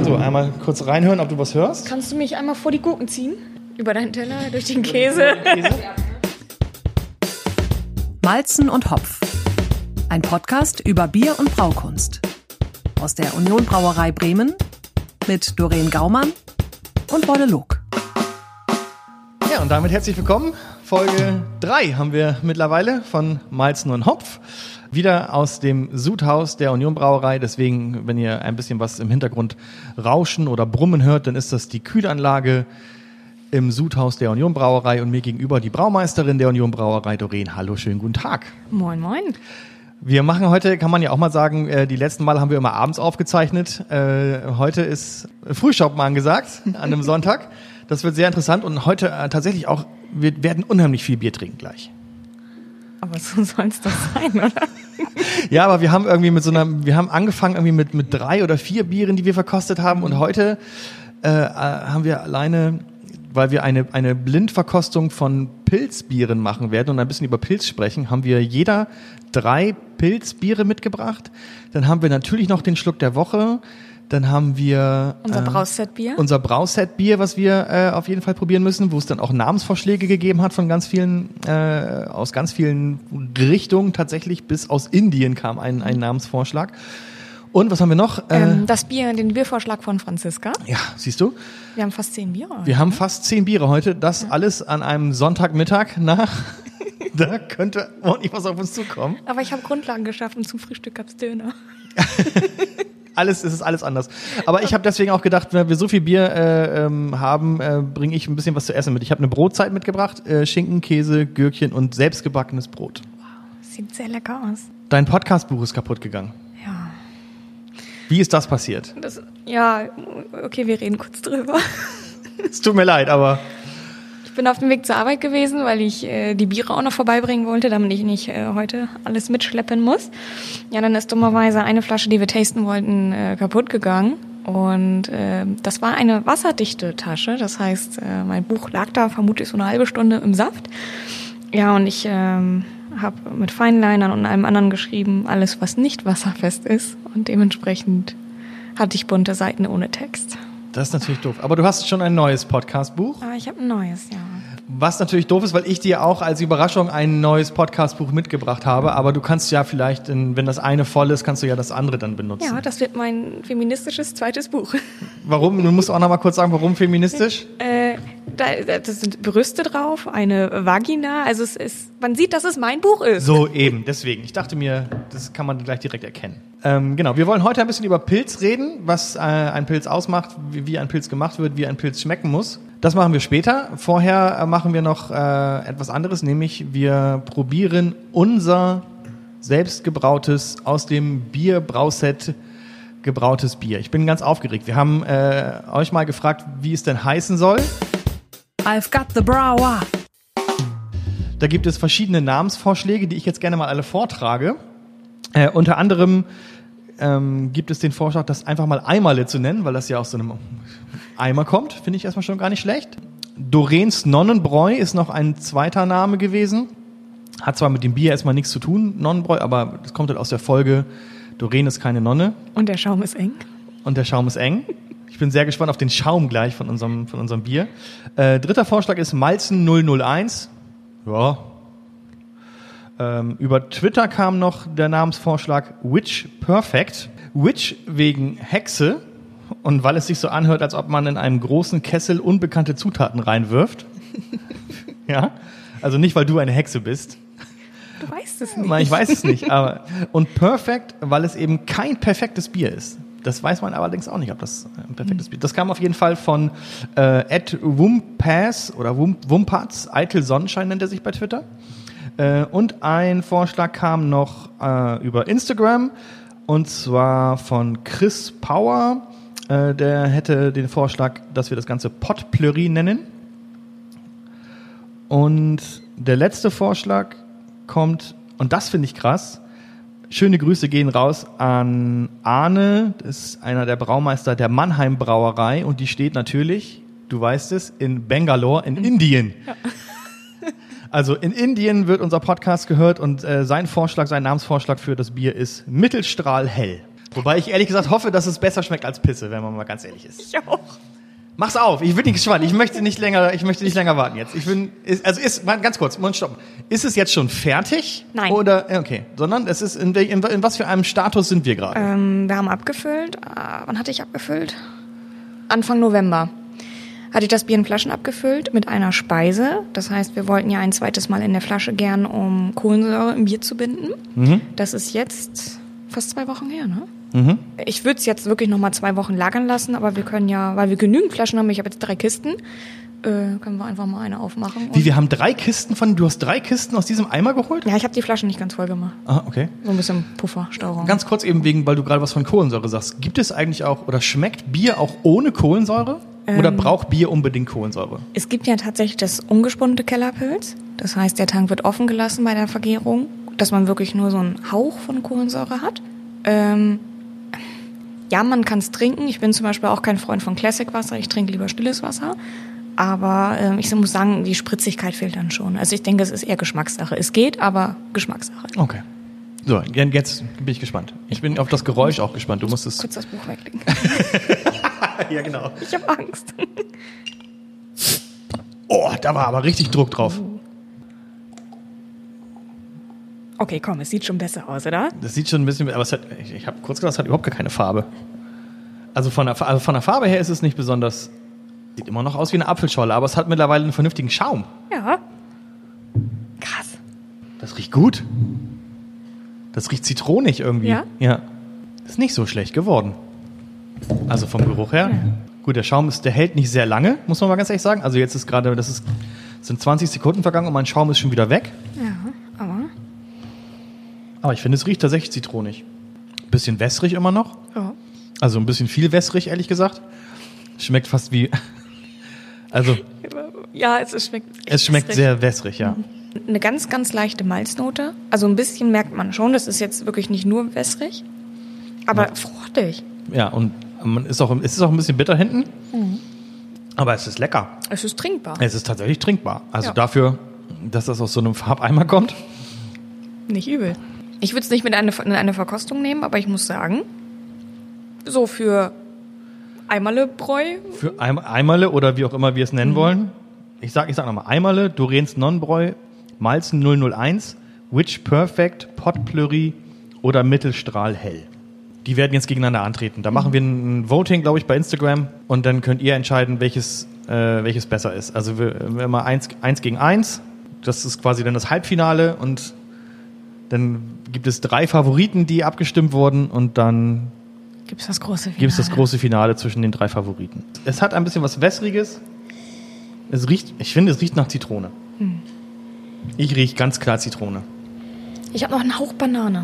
So, einmal kurz reinhören, ob du was hörst. Kannst du mich einmal vor die Gurken ziehen? Über deinen Teller, durch den Käse. Malzen und Hopf. Ein Podcast über Bier- und Braukunst. Aus der Union Brauerei Bremen mit Doreen Gaumann und Bolle Log. Ja, und damit herzlich willkommen. Folge 3 haben wir mittlerweile von Malzen und Hopf. Wieder aus dem Sudhaus der Union Brauerei. Deswegen, wenn ihr ein bisschen was im Hintergrund rauschen oder brummen hört, dann ist das die Kühlanlage im Sudhaus der Union Brauerei und mir gegenüber die Braumeisterin der Union Brauerei, Doreen. Hallo, schönen guten Tag. Moin, moin. Wir machen heute, kann man ja auch mal sagen, die letzten Mal haben wir immer abends aufgezeichnet. Heute ist Frühschoppen angesagt, an einem Sonntag. Das wird sehr interessant und heute tatsächlich auch, wir werden unheimlich viel Bier trinken gleich. Aber so soll es doch sein, oder? Ja, aber wir haben irgendwie wir haben angefangen irgendwie mit 3 oder 4 Bieren, die wir verkostet haben und heute haben wir alleine, weil wir eine Blindverkostung von Pilzbieren machen werden und ein bisschen über Pilz sprechen, haben wir jeder 3 Pilzbiere mitgebracht. Dann haben wir natürlich noch den Schluck der Woche. Dann haben wir Unser Brausetbier. Unser Brausetbier, was wir auf jeden Fall probieren müssen, wo es dann auch Namensvorschläge gegeben hat von ganz vielen, aus ganz vielen Richtungen. Tatsächlich bis aus Indien kam ein Namensvorschlag. Und was haben wir noch? Das Bier, den Biervorschlag von Franziska. Ja, siehst du? Wir haben fast 10 Biere. Wir haben fast 10 Biere heute. Das alles an einem Sonntagmittag nach. Da könnte ordentlich was auf uns zukommen. Aber ich habe Grundlagen geschaffen. Zum Frühstück gab's Döner. Es ist alles anders. Aber ich habe deswegen auch gedacht, wenn wir so viel Bier haben, bringe ich ein bisschen was zu essen mit. Ich habe eine Brotzeit mitgebracht, Schinken, Käse, Gürkchen und selbstgebackenes Brot. Wow, sieht sehr lecker aus. Dein Podcastbuch ist kaputt gegangen. Ja. Wie ist das passiert? Okay, wir reden kurz drüber. Es tut mir leid, aber... Ich bin auf dem Weg zur Arbeit gewesen, weil ich die Biere auch noch vorbeibringen wollte, damit ich nicht heute alles mitschleppen muss. Ja, dann ist dummerweise eine Flasche, die wir tasten wollten, kaputt gegangen. Und das war eine wasserdichte Tasche. Das heißt, mein Buch lag da vermutlich so eine halbe Stunde im Saft. Ja, und ich habe mit Feinlinern und allem anderen geschrieben, alles, was nicht wasserfest ist. Und dementsprechend hatte ich bunte Seiten ohne Text. Das ist natürlich doof. Aber du hast schon ein neues Podcastbuch. Ah, ich habe ein neues, ja. Was natürlich doof ist, weil ich dir auch als Überraschung ein neues Podcastbuch mitgebracht habe. Aber du kannst ja vielleicht, wenn das eine voll ist, kannst du ja das andere dann benutzen. Ja, das wird mein feministisches zweites Buch. Warum? Du musst auch noch mal kurz sagen, warum feministisch? Das sind Brüste drauf, eine Vagina. Also man sieht, dass es mein Buch ist. So eben, deswegen. Ich dachte mir, das kann man gleich direkt erkennen. Genau, wir wollen heute ein bisschen über Pilz reden, was ein Pilz ausmacht, wie ein Pilz gemacht wird, wie ein Pilz schmecken muss. Das machen wir später. Vorher machen wir noch etwas anderes, nämlich wir probieren unser selbstgebrautes, aus dem Bierbrauset gebrautes Bier. Ich bin ganz aufgeregt. Wir haben euch mal gefragt, wie es denn heißen soll. I've got the Brower. Da gibt es verschiedene Namensvorschläge, die ich jetzt gerne mal alle vortrage. Unter anderem gibt es den Vorschlag, das einfach mal Eimerle zu nennen, weil das ja aus so einem Eimer kommt. Finde ich erstmal schon gar nicht schlecht. Doreens Nonnenbräu ist noch ein zweiter Name gewesen. Hat zwar mit dem Bier erstmal nichts zu tun, Nonnenbräu, aber das kommt halt aus der Folge Doreen ist keine Nonne. Und der Schaum ist eng. Und der Schaum ist eng. Ich bin sehr gespannt auf den Schaum gleich von unserem Bier. Dritter Vorschlag ist Malzen 001. Ja. Über Twitter kam noch der Namensvorschlag Witch Perfect. Witch wegen Hexe und weil es sich so anhört, als ob man in einem großen Kessel unbekannte Zutaten reinwirft. Ja, also nicht, weil du eine Hexe bist. Du weißt es nicht. Ich weiß es nicht. Und Perfect, weil es eben kein perfektes Bier ist. Das weiß man allerdings auch nicht, ob das ein perfektes Bier ist. Das kam auf jeden Fall von @Wumpass oder Wumpatz. Eitel Sonnenschein nennt er sich bei Twitter. Und ein Vorschlag kam noch über Instagram und zwar von Chris Power. Der hätte den Vorschlag, dass wir das Ganze Potpleurie nennen. Und der letzte Vorschlag kommt, und das finde ich krass, schöne Grüße gehen raus an Arne, das ist einer der Braumeister der Mannheim Brauerei und die steht natürlich, du weißt es, in Bangalore in Indien. Ja. Also in Indien wird unser Podcast gehört und sein Namensvorschlag für das Bier ist Mittelstrahl hell. Wobei ich ehrlich gesagt hoffe, dass es besser schmeckt als Pisse, wenn man mal ganz ehrlich ist. Ich auch. Mach's auf, ich bin nicht gespannt. Ich möchte nicht länger warten jetzt. Ganz kurz, stopp. Ist es jetzt schon fertig? Nein. Oder, okay, sondern es ist, in was für einem Status sind wir gerade? Wir haben abgefüllt. Wann hatte ich abgefüllt? Anfang November. Hatte ich das Bier in Flaschen abgefüllt mit einer Speise. Das heißt, wir wollten ja ein zweites Mal in der Flasche gern, um Kohlensäure im Bier zu binden. Mhm. Das ist jetzt fast 2 Wochen her, ne? Mhm. Ich würde es jetzt wirklich nochmal 2 Wochen lagern lassen, aber wir können ja, weil wir genügend Flaschen haben, ich habe jetzt 3 Kisten, können wir einfach mal eine aufmachen. Wie, wir haben 3 Kisten du hast 3 Kisten aus diesem Eimer geholt? Ja, ich habe die Flaschen nicht ganz voll gemacht. Ah, okay. So ein bisschen Pufferstauung. Ganz kurz eben weil du gerade was von Kohlensäure sagst. Gibt es eigentlich auch, oder schmeckt Bier auch ohne Kohlensäure? Oder braucht Bier unbedingt Kohlensäure? Es gibt ja tatsächlich das ungespundete Kellerpilz. Das heißt, der Tank wird offen gelassen bei der Vergärung, dass man wirklich nur so einen Hauch von Kohlensäure hat. Ja, man kann es trinken. Ich bin zum Beispiel auch kein Freund von Classic-Wasser. Ich trinke lieber stilles Wasser. Aber ich muss sagen, die Spritzigkeit fehlt dann schon. Also ich denke, es ist eher Geschmackssache. Es geht, aber Geschmackssache. Okay. So, jetzt bin ich gespannt. Ich bin auf das Geräusch auch gespannt. Du musst es kurz das Buch weglegen. Ja, genau. Ich habe Angst. Oh, da war aber richtig Druck drauf. Okay, komm, es sieht schon besser aus, oder? Das sieht schon ein bisschen, aber ich habe kurz gedacht, es hat überhaupt gar keine Farbe. Also von der Farbe her ist es nicht besonders, sieht immer noch aus wie eine Apfelschorle, aber es hat mittlerweile einen vernünftigen Schaum. Ja. Krass. Das riecht gut. Das riecht zitronig irgendwie. Ja? Ja. Ist nicht so schlecht geworden. Also vom Geruch her. Ja. Gut, der Schaum der hält nicht sehr lange, muss man mal ganz ehrlich sagen. Also jetzt ist gerade, sind 20 Sekunden vergangen und mein Schaum ist schon wieder weg. Ja, aber ich finde, es riecht tatsächlich zitronig. Ein bisschen wässrig immer noch. Ja. Also ein bisschen viel wässrig, ehrlich gesagt. Schmeckt fast wie... Also... Ja, es schmeckt... Es schmeckt sehr wässrig, ja. Eine ganz, ganz leichte Malznote. Also ein bisschen merkt man schon. Das ist jetzt wirklich nicht nur wässrig, aber fruchtig. Ja, und es ist auch ein bisschen bitter hinten. Mhm. Aber es ist lecker. Es ist trinkbar. Es ist tatsächlich trinkbar. Also dafür, dass das aus so einem Farbeimer kommt. Nicht übel. Ich würde es nicht in eine Verkostung nehmen, aber ich muss sagen, so für Eimerle-Bräu. Für Eimerle oder wie auch immer wir es nennen wollen. Ich sag nochmal, Eimerle, Dorenz Nonnenbräu, Malzen 001, Witch Perfect, Potpleury oder Mittelstrahl Hell. Die werden jetzt gegeneinander antreten. Da machen wir ein Voting, glaube ich, bei Instagram und dann könnt ihr entscheiden, welches besser ist. Also wir immer 1 gegen 1. Das ist quasi dann das Halbfinale und dann gibt es 3 Favoriten, die abgestimmt wurden und dann gibt es das große Finale zwischen den 3 Favoriten. Es hat ein bisschen was Wässriges. Ich finde, es riecht nach Zitrone. Ich rieche ganz klar Zitrone. Ich habe noch einen Hauch Banane.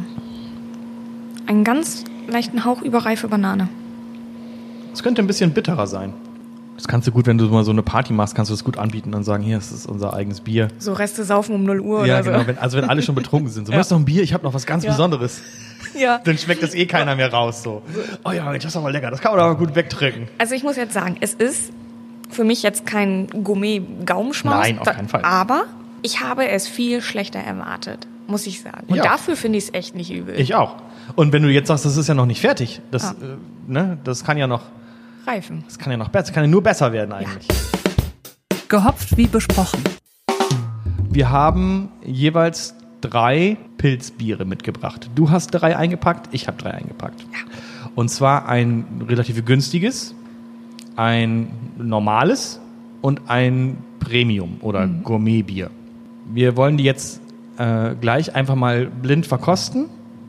Einen ganz leichten Hauch überreife Banane. Es könnte ein bisschen bitterer sein. Das kannst du gut, wenn du mal so eine Party machst, kannst du das gut anbieten und sagen, hier, das ist unser eigenes Bier. So Reste saufen um 0 Uhr ja, oder so. Ja, genau, wenn alle schon betrunken sind. So, möchtest du noch ein Bier? Ich habe noch was ganz Besonderes. Ja. Dann schmeckt das keiner mehr raus. So. Oh ja, Mensch, das ist aber lecker. Das kann man aber gut wegtrinken. Also ich muss jetzt sagen, es ist für mich jetzt kein Gourmet-Gaumenschmaus. Nein, auf keinen Fall. Aber ich habe es viel schlechter erwartet, muss ich sagen. Und dafür finde ich es echt nicht übel. Ich auch. Und wenn du jetzt sagst, das ist ja noch nicht fertig, das kann ja noch reifen. Das kann ja noch besser, das kann ja nur besser werden eigentlich. Ja. Gehopft wie besprochen. Wir haben jeweils 3 Pilzbiere mitgebracht. Du hast 3 eingepackt, ich habe 3 eingepackt. Ja. Und zwar ein relativ günstiges, ein normales und ein Premium- oder Gourmetbier. Wir wollen die jetzt gleich einfach mal blind verkosten.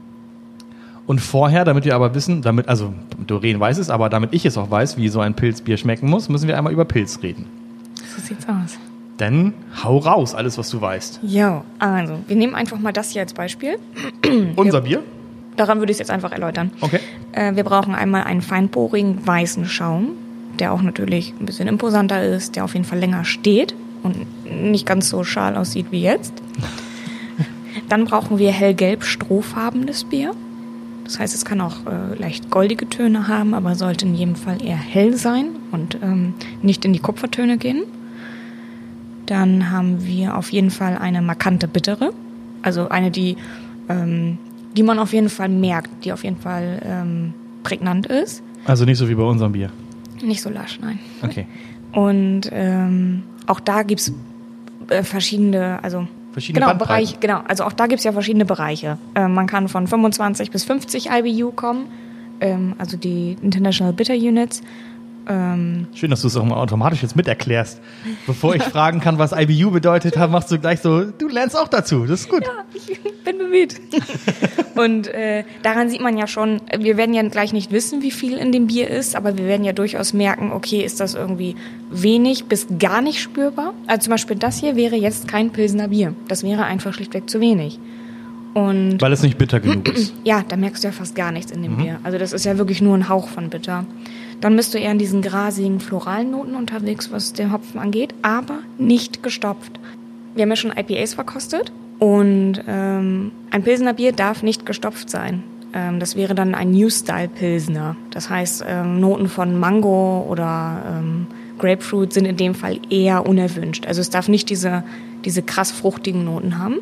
Und vorher, damit wir aber wissen, also Doreen weiß es, aber damit ich es auch weiß, wie so ein Pilzbier schmecken muss, müssen wir einmal über Pilz reden. So sieht's aus. Dann hau raus, alles, was du weißt. Ja, also, wir nehmen einfach mal das hier als Beispiel. Unser Bier? Daran würde ich es jetzt einfach erläutern. Okay. Wir brauchen einmal einen feinporigen weißen Schaum, der auch natürlich ein bisschen imposanter ist, der auf jeden Fall länger steht und nicht ganz so schal aussieht wie jetzt. Dann brauchen wir hellgelb strohfarbenes Bier. Das heißt, es kann auch leicht goldige Töne haben, aber sollte in jedem Fall eher hell sein und nicht in die Kupfertöne gehen. Dann haben wir auf jeden Fall eine markante bittere, also eine, die die man auf jeden Fall merkt, die auf jeden Fall prägnant ist. Also nicht so wie bei unserem Bier. Nicht so lasch, nein. Okay. Und auch da gibt's verschiedene Bandbreiten. Bereiche. Genau, also auch da gibt's ja verschiedene Bereiche. Man kann von 25 bis 50 IBU kommen, also die International Bitter Units. Schön, dass du es auch mal automatisch jetzt miterklärst. Bevor ich fragen kann, was IBU bedeutet, machst du gleich so, du lernst auch dazu, das ist gut. Ja, ich bin bemüht. Und daran sieht man ja schon, wir werden ja gleich nicht wissen, wie viel in dem Bier ist, aber wir werden ja durchaus merken, okay, ist das irgendwie wenig bis gar nicht spürbar? Also zum Beispiel das hier wäre jetzt kein Pilsener Bier. Das wäre einfach schlichtweg zu wenig. Und weil es nicht bitter genug ist. Ja, da merkst du ja fast gar nichts in dem Bier. Also das ist ja wirklich nur ein Hauch von bitter. Dann bist du eher in diesen grasigen, floralen Noten unterwegs, was den Hopfen angeht, aber nicht gestopft. Wir haben ja schon IPAs verkostet und ein Pilsener Bier darf nicht gestopft sein. Das wäre dann ein New-Style-Pilsner. Das heißt, Noten von Mango oder Grapefruit sind in dem Fall eher unerwünscht. Also es darf nicht diese krass fruchtigen Noten haben.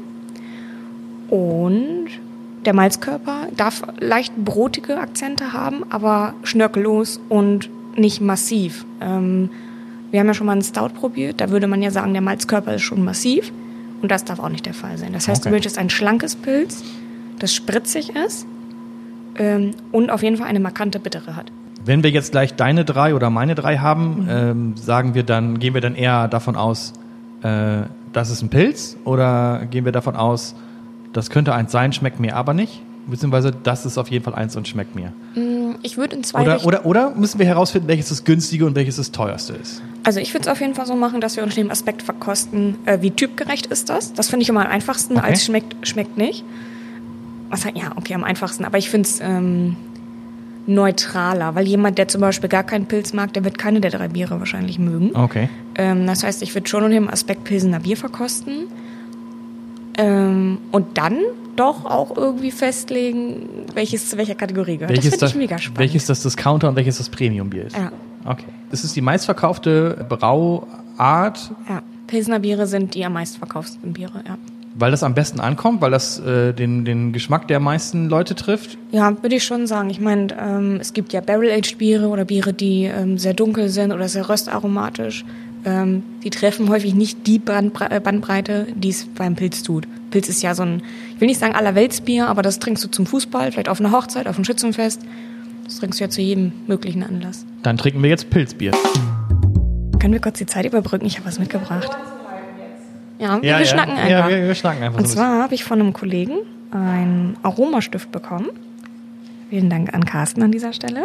Und der Malzkörper darf leicht brotige Akzente haben, aber schnörkellos und nicht massiv. Wir haben ja schon mal einen Stout probiert, da würde man ja sagen, der Malzkörper ist schon massiv und das darf auch nicht der Fall sein. Das heißt, Du möchtest ein schlankes Pilz, das spritzig ist und auf jeden Fall eine markante Bittere hat. Wenn wir jetzt gleich deine 3 oder meine 3 haben, gehen wir dann eher davon aus, das ist ein Pilz, oder gehen wir davon aus, das könnte eins sein, schmeckt mir aber nicht? Beziehungsweise das ist auf jeden Fall eins und schmeckt mir. Ich würde in zwei oder müssen wir herausfinden, welches das günstige und welches das teuerste ist? Also ich würde es auf jeden Fall so machen, dass wir unter dem Aspekt verkosten, wie typgerecht ist das. Das finde ich immer am einfachsten, als schmeckt nicht. Am einfachsten. Aber ich finde es neutraler, weil jemand, der zum Beispiel gar keinen Pilz mag, der wird keine der 3 Biere wahrscheinlich mögen. Okay. Das heißt, ich würde schon unter dem Aspekt Pilsener Bier verkosten. Und dann doch auch irgendwie festlegen, welches zu welcher Kategorie gehört. Das finde ich mega spannend. Welches das Discounter und welches das Premium-Bier ist. Ja. Okay. Das ist die meistverkaufte Brauart. Ja, Pilsener Biere sind die am meistverkauften Biere, ja. Weil das am besten ankommt, weil das den Geschmack der meisten Leute trifft? Ja, würde ich schon sagen. Ich meine, es gibt ja Barrel-Aged-Biere oder Biere, die sehr dunkel sind oder sehr röstaromatisch. Die treffen häufig nicht die Bandbreite, die es beim Pilz tut. Pilz ist ja so ein, ich will nicht sagen Allerweltsbier, aber das trinkst du zum Fußball, vielleicht auf einer Hochzeit, auf einem Schützenfest. Das trinkst du ja zu jedem möglichen Anlass. Dann trinken wir jetzt Pilzbier. Können wir kurz die Zeit überbrücken? Ich habe was mitgebracht. Ja, wir schnacken einfach. Ja, wir schnacken einfach. Und zwar habe ich von einem Kollegen einen Aromastift bekommen. Vielen Dank an Carsten an dieser Stelle.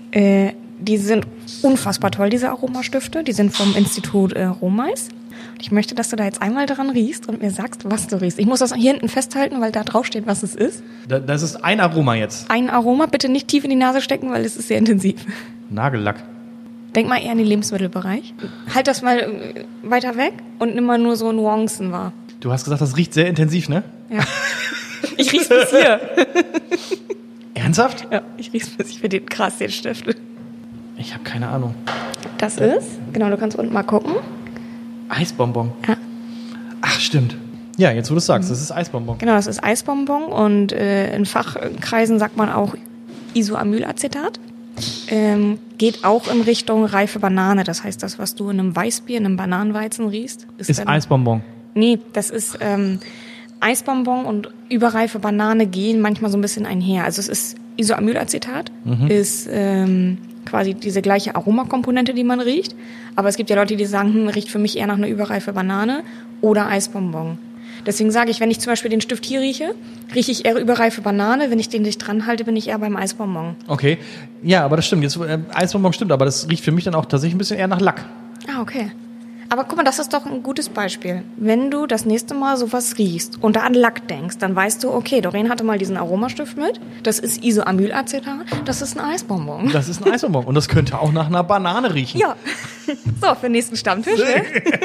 Die sind unfassbar toll, diese Aromastifte. Die sind vom Institut Romeis. Ich möchte, dass du da jetzt einmal dran riechst und mir sagst, was du riechst. Ich muss das hier hinten festhalten, weil da drauf steht, was es ist. Das ist ein Aroma jetzt. Ein Aroma, bitte nicht tief in die Nase stecken, weil es ist sehr intensiv. Nagellack. Denk mal eher in den Lebensmittelbereich. Halt das mal weiter weg und nimm mal nur so Nuancen wahr. Du hast gesagt, das riecht sehr intensiv, ne? Ja. Ich riech's bis hier. Ernsthaft? Ja, ich riech's bis ich finde den krass, den Stift. Ich habe keine Ahnung. Das ist, genau, du kannst unten mal gucken. Eisbonbon. Ja. Ach, stimmt. Ja, jetzt wo du es sagst, das ist Eisbonbon. Genau, das ist Eisbonbon und in Fachkreisen sagt man auch Isoamylacetat. Geht auch in Richtung reife Banane. Das heißt, das, was du in einem Weißbier, in einem Bananenweizen riechst, ist Eisbonbon. Nee, das ist Eisbonbon und überreife Banane gehen manchmal so ein bisschen einher. Also es ist Isoamylacetat, ist quasi diese gleiche Aromakomponente, die man riecht. Aber es gibt ja Leute, die sagen, riecht für mich eher nach einer überreife Banane oder Eisbonbon. Deswegen sage ich, wenn ich zum Beispiel den Stift hier rieche ich eher überreife Banane. Wenn ich den dicht dran halte, bin ich eher beim Eisbonbon. Okay. Ja, aber das stimmt. Jetzt, Eisbonbon stimmt, aber das riecht für mich dann auch tatsächlich ein bisschen eher nach Lack. Ah, okay. Aber guck mal, das ist doch ein gutes Beispiel. Wenn du das nächste Mal sowas riechst und da an Lack denkst, dann weißt du, okay, Doreen hatte mal diesen Aromastift mit. Das ist Isoamylacetat. Das ist ein Eisbonbon. Das ist ein Eisbonbon. Und das könnte auch nach einer Banane riechen. Ja. So, für den nächsten Stammtisch. Ne?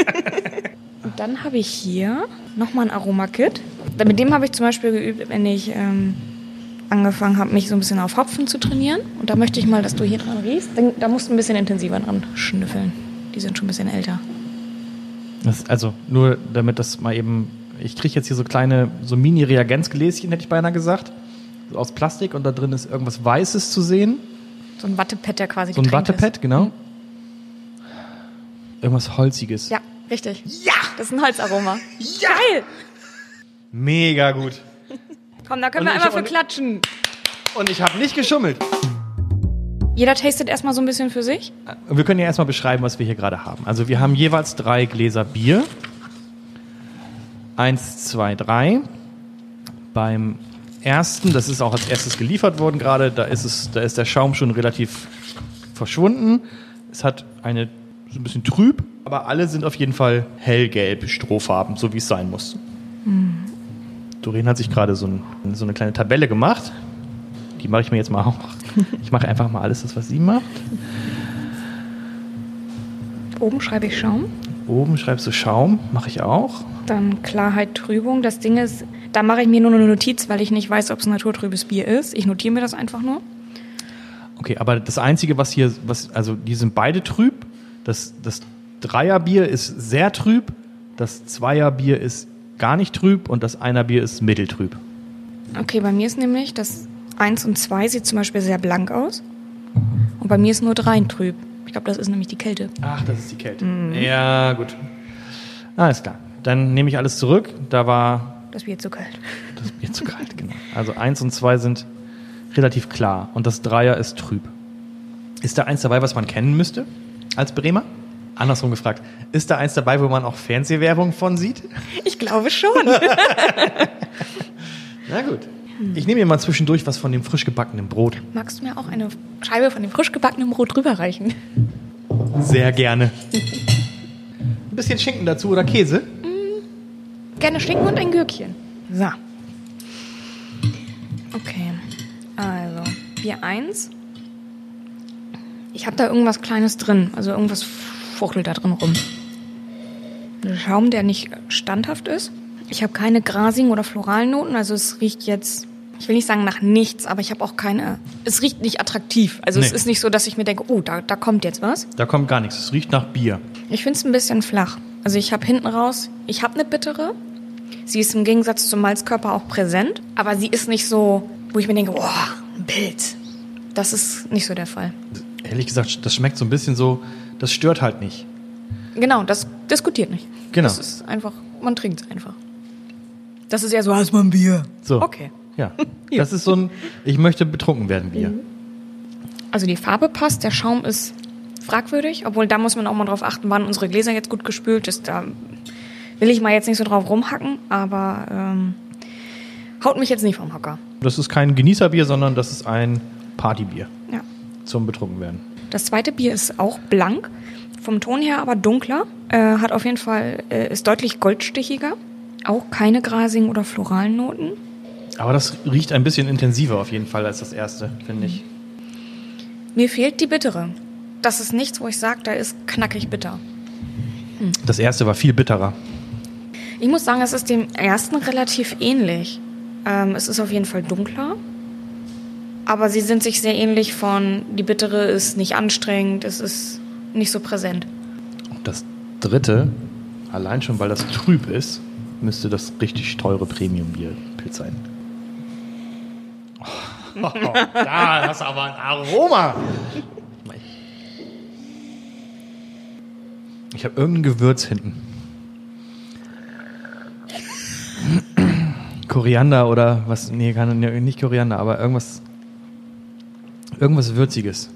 Und dann habe ich hier nochmal ein Aromakit. Mit dem habe ich zum Beispiel geübt, wenn ich angefangen habe, mich so ein bisschen auf Hopfen zu trainieren. Und da möchte ich mal, dass du hier dran riechst. Da musst du ein bisschen intensiver dran schnüffeln. Die sind schon ein bisschen älter. Also nur damit das mal eben, ich kriege jetzt hier so kleine, so Mini-Reagenzgläschen, hätte ich beinahe gesagt. aus Plastik und da drin ist irgendwas Weißes zu sehen. So ein Wattepad, der quasi So ein getränkt Wattepad, genau. Irgendwas Holziges. Ja, richtig. Ja! Das ist ein Holzaroma. Ja! Geil! Mega gut. Komm, da können Und wir einmal für klatschen. Und ich habe nicht geschummelt. Jeder tastet erstmal so ein bisschen für sich. Wir können ja erstmal beschreiben, was wir hier gerade haben. Also wir haben jeweils 3 Gläser Bier. 1, 2, 3. Beim ersten, das ist auch als erstes geliefert worden gerade, da ist der Schaum schon relativ verschwunden. Es hat so ein bisschen trüb, aber alle sind auf jeden Fall hellgelb, strohfarben, so wie es sein muss. Doreen hat sich gerade so eine kleine Tabelle gemacht. Die mache ich mir jetzt mal auch. Ich mache einfach mal alles das, was sie macht. Oben schreibe ich Schaum. Oben schreibst du Schaum, mache ich auch. Dann Klarheit, Trübung. Das Ding ist, da mache ich mir nur eine Notiz, weil ich nicht weiß, ob es ein naturtrübes Bier ist. Ich notiere mir das einfach nur. Okay, aber das Einzige, also die sind beide trüb. Das Dreierbier ist sehr trüb, das Zweierbier ist gar nicht trüb und das Einerbier ist mitteltrüb. Okay, bei mir ist nämlich das 1 und 2 sieht zum Beispiel sehr blank aus. Und bei mir ist nur 3 trüb. Ich glaube, das ist nämlich die Kälte. Ach, das ist die Kälte. Ja, gut. Alles klar. Dann nehme ich alles zurück. Da war das Bier zu kalt. das Bier zu kalt, genau. Also 1 und 2 sind relativ klar und das Dreier ist trüb. Ist da eins dabei, was man kennen müsste als Bremer? Andersrum gefragt, ist da eins dabei, wo man auch Fernsehwerbung von sieht? Ich glaube schon. Na gut. Ich nehme mir mal zwischendurch was von dem frisch gebackenen Brot. Magst du mir auch eine Scheibe von dem frisch gebackenen Brot rüberreichen? Sehr gerne. Ein bisschen Schinken dazu oder Käse? Gerne Schinken und ein Gürkchen. So. Okay. Also, Bier 1. Ich habe da irgendwas Kleines drin. Also irgendwas fuchtelt da drin rum. Ein Schaum, der nicht standhaft ist. Ich habe keine grasigen oder floralen Noten. Also es riecht jetzt, ich will nicht sagen nach nichts, aber ich habe auch keine, es riecht nicht attraktiv. Also Nee. Es ist nicht so, dass ich mir denke, oh, da kommt jetzt was. Da kommt gar nichts. Es riecht nach Bier. Ich finde es ein bisschen flach. Also ich habe hinten raus, ich habe eine bittere. Sie ist im Gegensatz zum Malzkörper auch präsent. Aber sie ist nicht so, wo ich mir denke, boah, ein Pilz. Das ist nicht so der Fall. Ehrlich gesagt, das schmeckt so ein bisschen so, das stört halt nicht. Genau, das diskutiert nicht. Genau. Das ist einfach, man trinkt es einfach. Das ist ja so, hast man ein Bier. So. Okay. Ja. Das ist so ein, ich möchte betrunken werden Bier. Also die Farbe passt, der Schaum ist fragwürdig, obwohl da muss man auch mal drauf achten, wann unsere Gläser jetzt gut gespült ist. Da will ich mal jetzt nicht so drauf rumhacken, aber haut mich jetzt nicht vom Hocker. Das ist kein Genießerbier, sondern das ist ein Partybier Ja. zum Betrunkenwerden. Das zweite Bier ist auch blank, vom Ton her aber dunkler, hat auf jeden Fall, ist deutlich goldstichiger, auch keine grasigen oder floralen Noten. Aber das riecht ein bisschen intensiver auf jeden Fall als das erste, finde ich. Mir fehlt die bittere. Das ist nichts, wo ich sage, da ist knackig bitter. Das erste war viel bitterer. Ich muss sagen, es ist dem ersten relativ ähnlich. Es ist auf jeden Fall dunkler. Aber sie sind sich sehr ähnlich von, die bittere ist nicht anstrengend, es ist nicht so präsent. Und das dritte, allein schon weil das trüb ist, müsste das richtig teure Premium-Bier-Pilz sein. Oh, da hast du aber ein Aroma. Ich habe irgendein Gewürz hinten. Koriander oder was? Nee, nicht Koriander, aber irgendwas Würziges.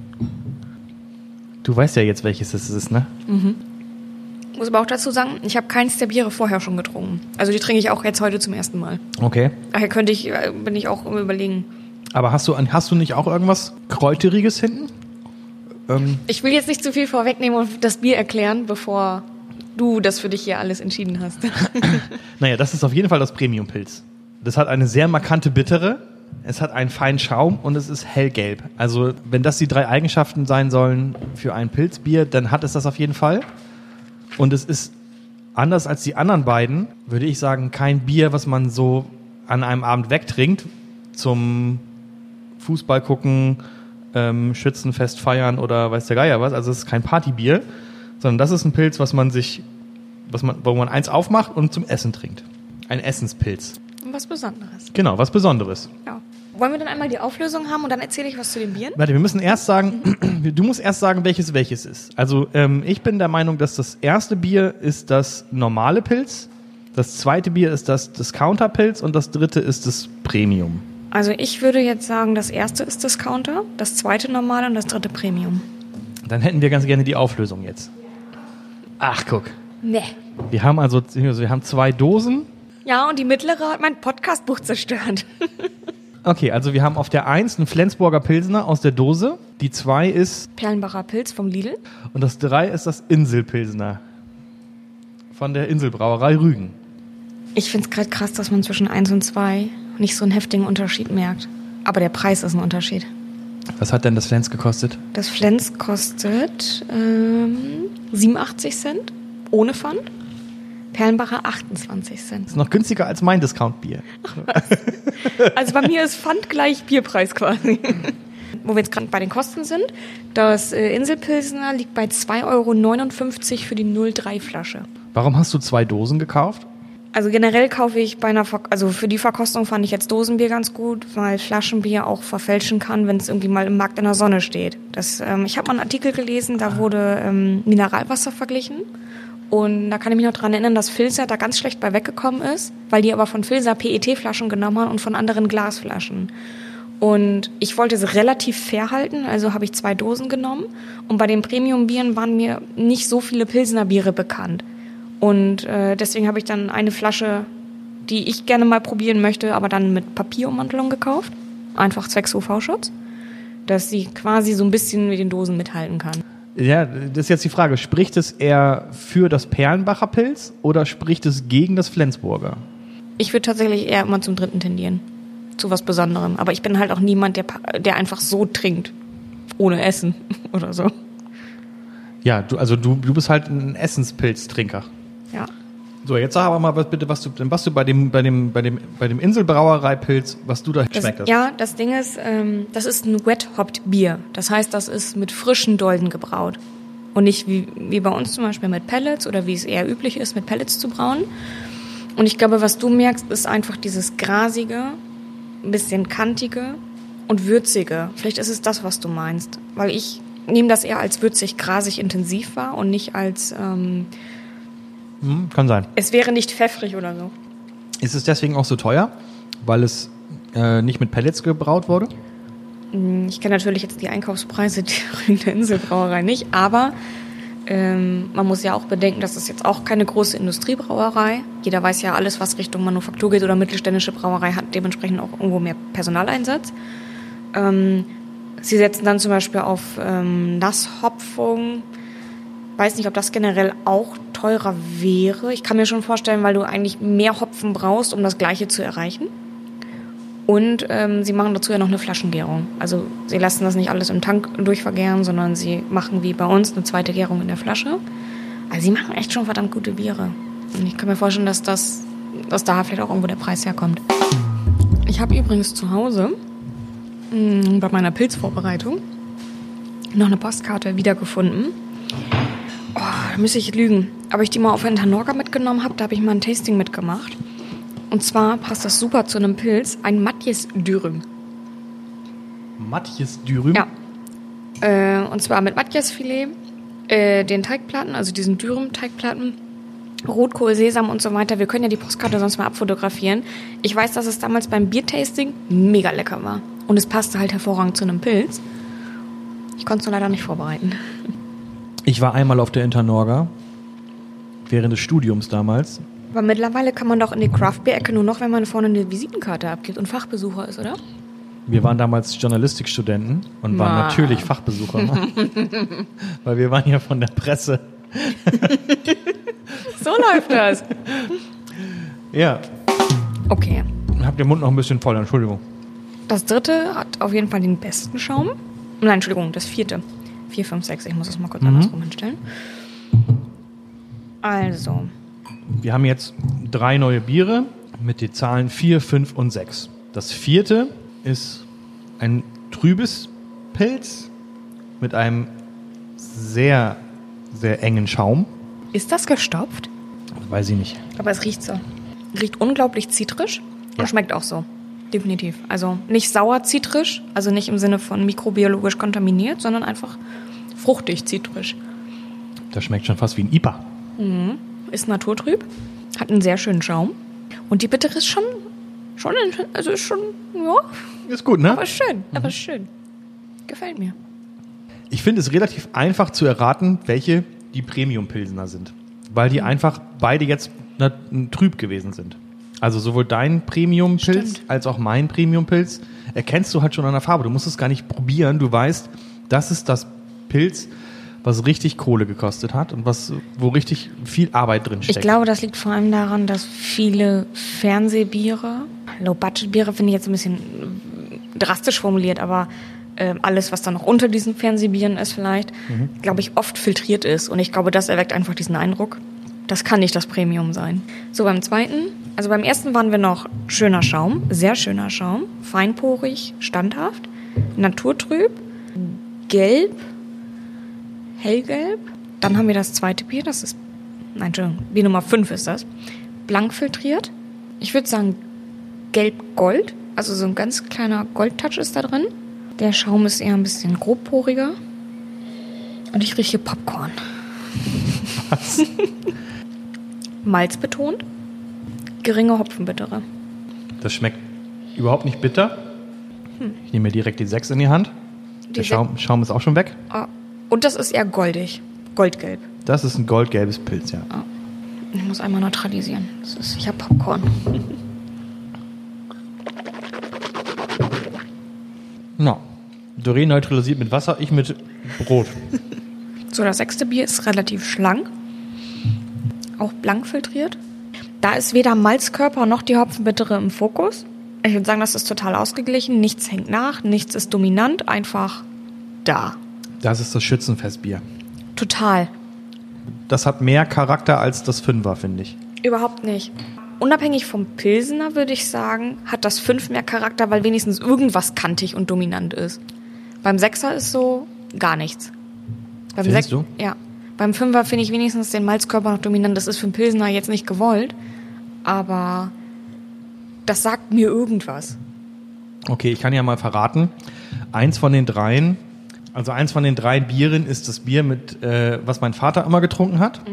Du weißt ja jetzt, welches es ist, ne? Ich muss aber auch dazu sagen, ich habe keins der Biere vorher schon getrunken. Also die trinke ich auch jetzt heute zum ersten Mal. Okay. Daher bin ich auch im Überlegen. Aber hast du nicht auch irgendwas Kräuteriges hinten? Ich will jetzt nicht zu viel vorwegnehmen und das Bier erklären, bevor du das für dich hier alles entschieden hast. Naja, das ist auf jeden Fall das Premium-Pilz. Das hat eine sehr markante Bittere, es hat einen feinen Schaum und es ist hellgelb. Also wenn das die 3 Eigenschaften sein sollen für ein Pilzbier, dann hat es das auf jeden Fall. Und es ist anders als die anderen beiden, würde ich sagen, kein Bier, was man so an einem Abend wegtrinkt, zum Fußball gucken, Schützenfest feiern oder weiß der Geier was. Also es ist kein Partybier, sondern das ist ein Pilz, wo man eins aufmacht und zum Essen trinkt. Ein Essenspilz. Was Besonderes. Genau, was Besonderes. Ja. Wollen wir dann einmal die Auflösung haben und dann erzähle ich was zu den Bieren? Warte, wir müssen erst sagen, du musst erst sagen, welches ist. Also ich bin der Meinung, dass das erste Bier ist das normale Pilz, das zweite Bier ist das Discounter-Pilz und das dritte ist das Premium. Also ich würde jetzt sagen, das erste ist Discounter, das zweite normale und das dritte Premium. Dann hätten wir ganz gerne die Auflösung jetzt. Ach, guck. Nee. Wir haben 2 Dosen. Ja, und die mittlere hat mein Podcastbuch zerstört. Okay, also wir haben auf der 1 einen Flensburger Pilsner aus der Dose. Die 2 ist... Perlenbacher Pilz vom Lidl. Und das 3 ist das Inselpilsner. Von der Inselbrauerei Rügen. Ich finde es gerade krass, dass man zwischen 1 und 2 nicht so einen heftigen Unterschied merkt. Aber der Preis ist ein Unterschied. Was hat denn das Flens gekostet? Das Flens kostet 87 Cent ohne Pfand. Perlenbacher 28 Cent. Das ist noch günstiger als mein Discount-Bier. Also bei mir ist Pfand gleich Bierpreis quasi. Wo wir jetzt gerade bei den Kosten sind, das Inselpilsner liegt bei 2,59 € für die 0,3 Flasche. Warum hast du 2 Dosen gekauft? Also generell kaufe ich für die Verkostung fand ich jetzt Dosenbier ganz gut, weil Flaschenbier auch verfälschen kann, wenn es irgendwie mal im Markt in der Sonne steht. Ich habe mal einen Artikel gelesen, da wurde Mineralwasser verglichen. Und da kann ich mich noch dran erinnern, dass Filzer da ganz schlecht bei weggekommen ist, weil die aber von Filzer PET-Flaschen genommen haben und von anderen Glasflaschen. Und ich wollte es relativ fair halten, also habe ich 2 Dosen genommen. Und bei den Premium-Bieren waren mir nicht so viele Pilsner Biere bekannt. Und deswegen habe ich dann eine Flasche, die ich gerne mal probieren möchte, aber dann mit Papierummantelung gekauft. Einfach zwecks UV-Schutz, dass sie quasi so ein bisschen mit den Dosen mithalten kann. Ja, das ist jetzt die Frage. Spricht es eher für das Perlenbacher Pilz oder spricht es gegen das Flensburger? Ich würde tatsächlich eher immer zum dritten tendieren. Zu was Besonderem. Aber ich bin halt auch niemand, der einfach so trinkt. Ohne Essen oder so. Ja, du bist halt ein Essenspilztrinker. Ja. So, jetzt sag aber mal bitte, was du bei dem Inselbrauereipilz, was du da geschmeckt hast. Ja, das Ding ist, das ist ein Wet-Hopped-Bier. Das heißt, das ist mit frischen Dolden gebraut. Und nicht wie bei uns zum Beispiel mit Pellets oder wie es eher üblich ist, mit Pellets zu brauen. Und ich glaube, was du merkst, ist einfach dieses grasige, ein bisschen kantige und würzige. Vielleicht ist es das, was du meinst. Weil ich nehme das eher als würzig-grasig intensiv wahr und nicht als... kann sein. Es wäre nicht pfeffrig oder so. Ist es deswegen auch so teuer, weil es nicht mit Pellets gebraut wurde? Ich kenne natürlich jetzt die Einkaufspreise der Inselbrauerei nicht, aber man muss ja auch bedenken, dass das jetzt auch keine große Industriebrauerei. Jeder weiß ja, alles, was Richtung Manufaktur geht oder mittelständische Brauerei, hat dementsprechend auch irgendwo mehr Personaleinsatz. Sie setzen dann zum Beispiel auf Nasshopfung. Weiß nicht, ob das generell auch teurer wäre. Ich kann mir schon vorstellen, weil du eigentlich mehr Hopfen brauchst, um das Gleiche zu erreichen. Und sie machen dazu ja noch eine Flaschengärung. Also sie lassen das nicht alles im Tank durchvergären, sondern sie machen wie bei uns eine zweite Gärung in der Flasche. Also sie machen echt schon verdammt gute Biere. Und ich kann mir vorstellen, dass da vielleicht auch irgendwo der Preis herkommt. Ich habe übrigens zu Hause bei meiner Pilzvorbereitung noch eine Postkarte wiedergefunden. Oh, da müsste ich lügen. Aber ich die mal auf Internorga mitgenommen habe, da habe ich mal ein Tasting mitgemacht. Und zwar passt das super zu einem Pilz, ein Matjes Dürüm. Matjes Dürüm? Ja. Und zwar mit Matjesfilet, den Teigplatten, also diesen Dürüm-Teigplatten, Rotkohl, Sesam und so weiter. Wir können ja die Postkarte sonst mal abfotografieren. Ich weiß, dass es damals beim Biertasting mega lecker war. Und es passte halt hervorragend zu einem Pilz. Ich konnte es nur leider nicht vorbereiten. Ich war einmal auf der Internorga, während des Studiums damals. Aber mittlerweile kann man doch in die Craft-Bier-Ecke nur noch, wenn man vorne eine Visitenkarte abgibt und Fachbesucher ist, oder? Wir waren damals Journalistikstudenten und waren natürlich Fachbesucher. Weil wir waren ja von der Presse. So läuft das. Ja. Okay. Hab den Mund noch ein bisschen voll, Entschuldigung. Das dritte hat auf jeden Fall den besten Schaum. Nein, Entschuldigung, das vierte. 4, 5, 6, ich muss das mal kurz andersrum hinstellen. Also. Wir haben jetzt 3 neue Biere mit den Zahlen 4, 5 und 6. Das vierte ist ein trübes Pilz mit einem sehr, sehr engen Schaum. Ist das gestopft? Weiß ich nicht. Aber es riecht so. Riecht unglaublich zitrisch und schmeckt auch so. definitiv. Also nicht sauer-zitrisch, also nicht im Sinne von mikrobiologisch kontaminiert, sondern einfach fruchtig-zitrisch. Das schmeckt schon fast wie ein IPA. Ist naturtrüb, hat einen sehr schönen Schaum. Und die Bittere ist schon, also ist schon, ja. Ist gut, ne? Aber schön, Gefällt mir. Ich finde es relativ einfach zu erraten, welche die Premium-Pilsener sind. Weil die einfach beide jetzt trüb gewesen sind. Also sowohl dein Premium-Pilz Stimmt. als auch mein Premium-Pilz erkennst du halt schon an der Farbe. Du musst es gar nicht probieren. Du weißt, das ist das Pilz, was richtig Kohle gekostet hat und wo richtig viel Arbeit drin steckt. Ich glaube, das liegt vor allem daran, dass viele Fernsehbiere, Low-Budget-Biere finde ich jetzt ein bisschen drastisch formuliert, aber alles, was dann noch unter diesen Fernsehbieren ist vielleicht, glaube ich, oft filtriert ist. Und ich glaube, das erweckt einfach diesen Eindruck. Das kann nicht das Premium sein. So, beim ersten waren wir noch schöner Schaum, sehr schöner Schaum, feinporig, standhaft, naturtrüb, gelb, hellgelb. Dann haben wir das zweite Bier, Bier Nummer 5 ist das, blank filtriert. Ich würde sagen gelb-gold, also so ein ganz kleiner Goldtouch ist da drin. Der Schaum ist eher ein bisschen grobporiger. Und ich rieche Popcorn. Was? Malz betont, geringe Hopfenbittere. Das schmeckt überhaupt nicht bitter. Ich nehme mir direkt die 6 in die Hand. Der Schaum ist auch schon weg. Und das ist eher goldig, goldgelb. Das ist ein goldgelbes Pilz, ja. Ich muss einmal neutralisieren. Ich habe Popcorn. No. Doreen neutralisiert mit Wasser, ich mit Brot. So, das 6. Bier ist relativ schlank. Auch blank filtriert. Da ist weder Malzkörper noch die Hopfenbittere im Fokus. Ich würde sagen, das ist total ausgeglichen. Nichts hängt nach, nichts ist dominant, einfach da. Das ist das Schützenfestbier. Total. Das hat mehr Charakter als das 5er, finde ich. Überhaupt nicht. Unabhängig vom Pilsener, würde ich sagen, hat das 5 mehr Charakter, weil wenigstens irgendwas kantig und dominant ist. Beim 6er ist so gar nichts. Findest du? Ja. Beim 5er finde ich wenigstens den Malzkörper noch dominant. Das ist für einen Pilsener jetzt nicht gewollt, aber das sagt mir irgendwas. Okay, ich kann ja mal verraten. Eins von den 3 Bieren ist das Bier, was mein Vater immer getrunken hat.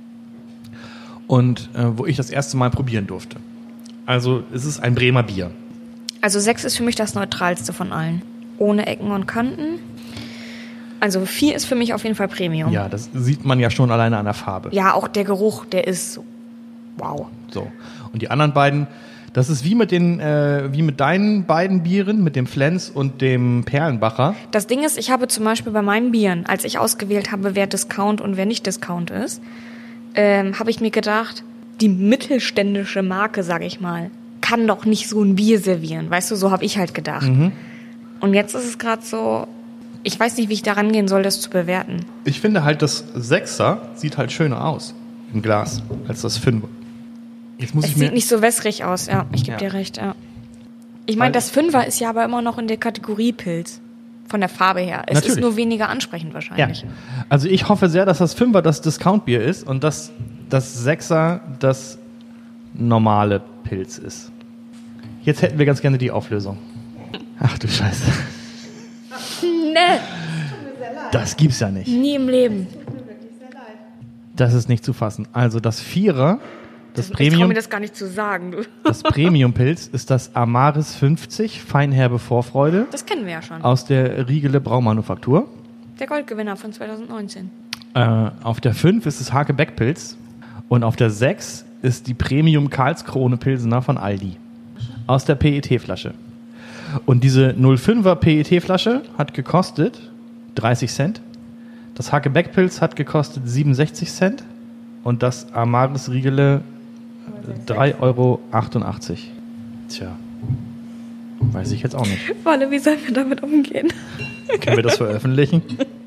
Und wo ich das erste Mal probieren durfte. Also es ist ein Bremer Bier. Also 6 ist für mich das neutralste von allen. Ohne Ecken und Kanten. Also 4 ist für mich auf jeden Fall Premium. Ja, das sieht man ja schon alleine an der Farbe. Ja, auch der Geruch, der ist so, wow. So. Und die anderen beiden, das ist wie mit deinen beiden Bieren, mit dem Flens und dem Perlenbacher. Das Ding ist, ich habe zum Beispiel bei meinen Bieren, als ich ausgewählt habe, wer Discount und wer nicht Discount ist, habe ich mir gedacht, die mittelständische Marke, sage ich mal, kann doch nicht so ein Bier servieren. Weißt du, so habe ich halt gedacht. Und jetzt ist es gerade so, ich weiß nicht, wie ich da rangehen soll, das zu bewerten. Ich finde halt, das 6er sieht halt schöner aus im Glas als das 5er. Es sieht nicht so wässrig aus, ja. Ich gebe dir recht, ja. Ich meine, das 5er ist ja aber immer noch in der Kategorie Pilz. Von der Farbe her. Es ist nur weniger ansprechend wahrscheinlich. Ja. Also ich hoffe sehr, dass das 5er das Discount-Bier ist und dass das 6er das normale Pilz ist. Jetzt hätten wir ganz gerne die Auflösung. Ach du Scheiße. Ne. Das gibt's ja nicht. Nie im Leben. Das ist nicht zu fassen. Also das 4er, das Ich traue Premium, mir das gar nicht zu sagen. Du. das Premium-Pilz ist das Amaris 50 Feinherbe Vorfreude Das kennen wir ja schon. aus der Riegele Braumanufaktur. Der Goldgewinner von 2019. Auf der 5 ist das Hakebeck-Pilz und auf der 6 ist die Premium Karlskrone Pilsener von Aldi aus der PET-Flasche. Und diese 05er PET-Flasche hat gekostet 30 Cent. Das Hakebeck-Pilz hat gekostet 67 Cent und das Amaris Riegele 3,88 Euro. Tja, weiß ich jetzt auch nicht. Walle, wie sollen wir damit umgehen? Können wir das veröffentlichen?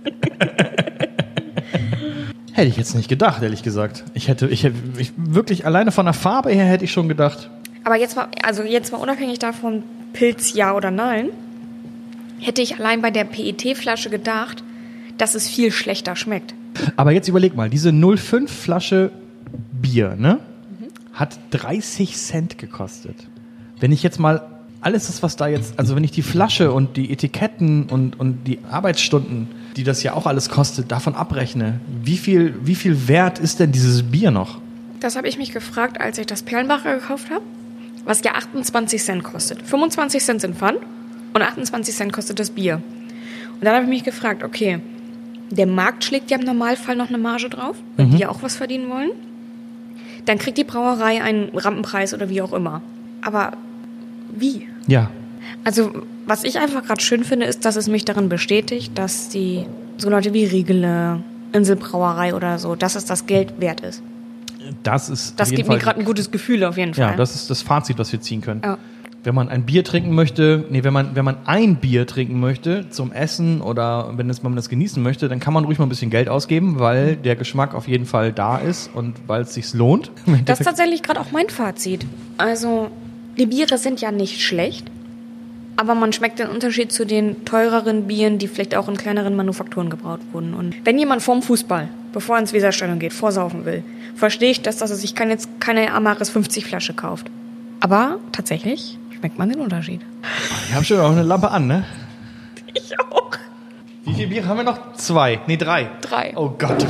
Hätte ich jetzt nicht gedacht, ehrlich gesagt. Ich hätte wirklich alleine von der Farbe her hätte ich schon gedacht. Aber jetzt mal unabhängig davon, Pilz ja oder nein, hätte ich allein bei der PET-Flasche gedacht, dass es viel schlechter schmeckt. Aber jetzt überleg mal, diese 05 Flasche Bier, ne, hat 30 Cent gekostet. Wenn ich jetzt mal alles das, was da jetzt, also wenn ich die Flasche und die Etiketten und die Arbeitsstunden, die das ja auch alles kostet, davon abrechne, wie viel wert ist denn dieses Bier noch? Das habe ich mich gefragt, als ich das Perlenbacher gekauft habe, was ja 28 Cent kostet. 25 Cent sind Pfand und 28 Cent kostet das Bier. Und dann habe ich mich gefragt, okay, der Markt schlägt ja im Normalfall noch eine Marge drauf, weil die ja auch was verdienen wollen. Dann kriegt die Brauerei einen Rampenpreis oder wie auch immer. Aber wie? Ja. Also, was ich einfach gerade schön finde, ist, dass es mich darin bestätigt, dass die so Leute wie Riegele, Inselbrauerei oder so, dass es das Geld wert ist. Das gibt mir gerade ein gutes Gefühl auf jeden Fall. Ja, das ist das Fazit, was wir ziehen können. Ja. Wenn man ein Bier trinken möchte, wenn man ein Bier trinken möchte zum Essen oder wenn man das genießen möchte, dann kann man ruhig mal ein bisschen Geld ausgeben, weil der Geschmack auf jeden Fall da ist und weil es sich lohnt. Das ist tatsächlich gerade auch mein Fazit. Also, die Biere sind ja nicht schlecht, aber man schmeckt den Unterschied zu den teureren Bieren, die vielleicht auch in kleineren Manufakturen gebraut wurden. Und wenn jemand vorm Fußball, bevor er ins Weserstadion geht, vorsaufen will, verstehe ich, dass er sich keine Amaris 50 Flasche kauft. Aber tatsächlich schmeckt man den Unterschied. Ich habe schon auch eine Lampe an, ne? Ich auch. Wie viele Biere haben wir noch? 2. Nee, 3. 3. Oh Gott.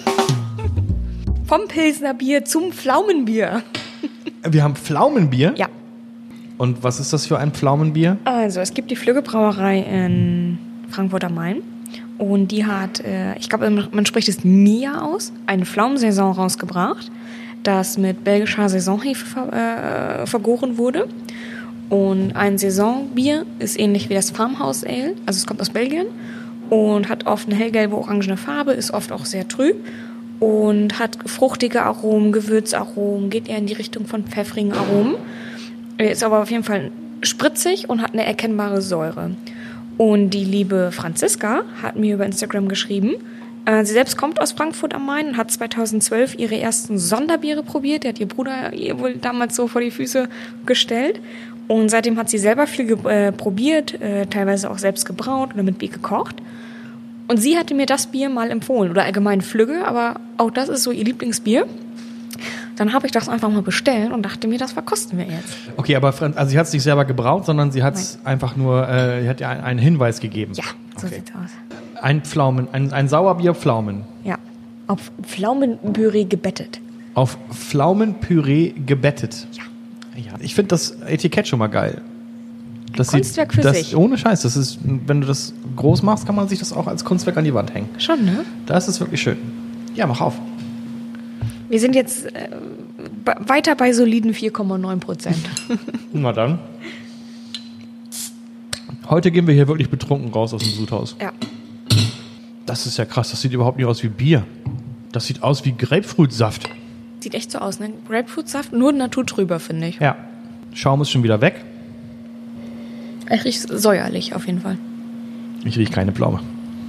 Vom Pilsner Bier zum Pflaumenbier. Wir haben Pflaumenbier? Ja. Und was ist das für ein Pflaumenbier? Also, es gibt die Flügge Brauerei in Frankfurt am Main. Und die hat, ich glaube, man spricht es Mia aus, eine Pflaumensaison rausgebracht, das mit belgischer Saisonhefe vergoren wurde. Und ein Saisonbier ist ähnlich wie das Farmhouse Ale, also es kommt aus Belgien und hat oft eine hellgelbe, orangene Farbe, ist oft auch sehr trüb und hat fruchtige Aromen, Gewürzaromen, geht eher in die Richtung von pfeffrigen Aromen. Ist aber auf jeden Fall spritzig und hat eine erkennbare Säure. Und die liebe Franziska hat mir über Instagram geschrieben, sie selbst kommt aus Frankfurt am Main und hat 2012 ihre ersten Sonderbiere probiert. Der hat ihr Bruder ihr wohl damals so vor die Füße gestellt. Und seitdem hat sie selber viel probiert, teilweise auch selbst gebraut oder mit Bier gekocht. Und sie hatte mir das Bier mal empfohlen, oder allgemein Flügge, aber auch das ist so ihr Lieblingsbier. Dann habe ich das einfach mal bestellt und dachte mir, das verkosten wir jetzt. Okay, aber also sie hat es nicht selber gebraut, sondern sie hat es einfach nur, hat ihr einen Hinweis gegeben. Ja, so sieht's aus. Ein Sauerbier Pflaumen. Ja, auf Pflaumenpüree gebettet. Auf Pflaumenpüree gebettet. Ja. Ja, ich finde das Etikett schon mal geil. Das Kunstwerk für sich. Ohne Scheiß, das ist, wenn du das groß machst, kann man sich das auch als Kunstwerk an die Wand hängen. Schon, ne? Das ist wirklich schön. Ja, mach auf. Wir sind jetzt weiter bei soliden 4,9%. Na dann. Heute gehen wir hier wirklich betrunken raus aus dem Sudhaus. Ja. Das ist ja krass, das sieht überhaupt nicht aus wie Bier. Das sieht aus wie Grapefruitsaft. Sieht echt so aus, ne? Grapefruitsaft, nur naturtrüber, finde ich. Ja. Schaum ist schon wieder weg. Ich rieche säuerlich, auf jeden Fall. Ich rieche keine Pflaume.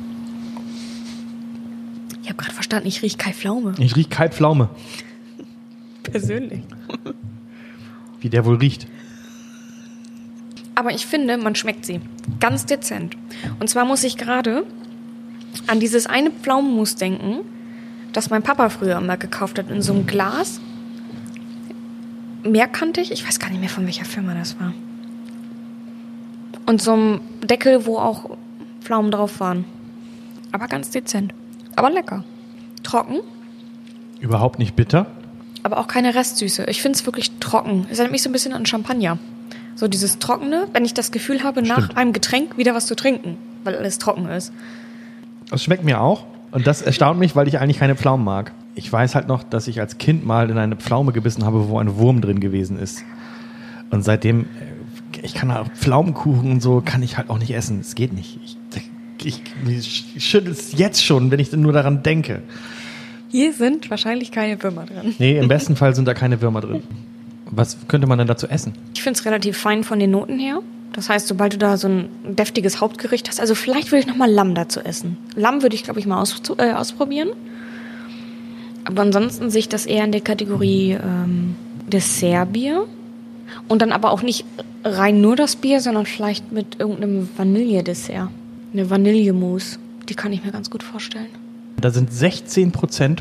Ich habe gerade verstanden, ich rieche keine Pflaume. Ich rieche keine Pflaume. Persönlich. Wie der wohl riecht. Aber ich finde, man schmeckt sie. Ganz dezent. Und zwar muss ich gerade an dieses eine Pflaumenmus denken, das mein Papa früher immer gekauft hat, in so einem Glas. Mehrkantig, ich weiß gar nicht mehr, von welcher Firma das war. Und so einem Deckel, wo auch Pflaumen drauf waren. Aber ganz dezent. Aber lecker. Trocken, Überhaupt nicht bitter. aber auch keine Restsüße. Ich finde es wirklich trocken. Es erinnert mich so ein bisschen an Champagner. So dieses Trockene, wenn ich das Gefühl habe, nach Stimmt. einem Getränk wieder was zu trinken, weil alles trocken ist. Das schmeckt mir auch. Und das erstaunt mich, weil ich eigentlich keine Pflaumen mag. Ich weiß halt noch, dass ich als Kind mal in eine Pflaume gebissen habe, wo ein Wurm drin gewesen ist. Und seitdem, ich kann auch Pflaumenkuchen und so, kann ich halt auch nicht essen. Es geht nicht. Ich schüttel es jetzt schon, wenn ich nur daran denke. Hier sind wahrscheinlich keine Würmer drin. Nee, im besten Fall sind da keine Würmer drin. Was könnte man denn dazu essen? Ich finde es relativ fein von den Noten her. Das heißt, sobald du da so ein deftiges Hauptgericht hast, also vielleicht würde ich nochmal Lamm dazu essen. Lamm würde ich, glaube ich, mal ausprobieren. Aber ansonsten sehe ich das eher in der Kategorie Dessertbier. Und dann aber auch nicht rein nur das Bier, sondern vielleicht mit irgendeinem Vanilledessert. Eine Vanillemousse. Die kann ich mir ganz gut vorstellen. Da sind 16%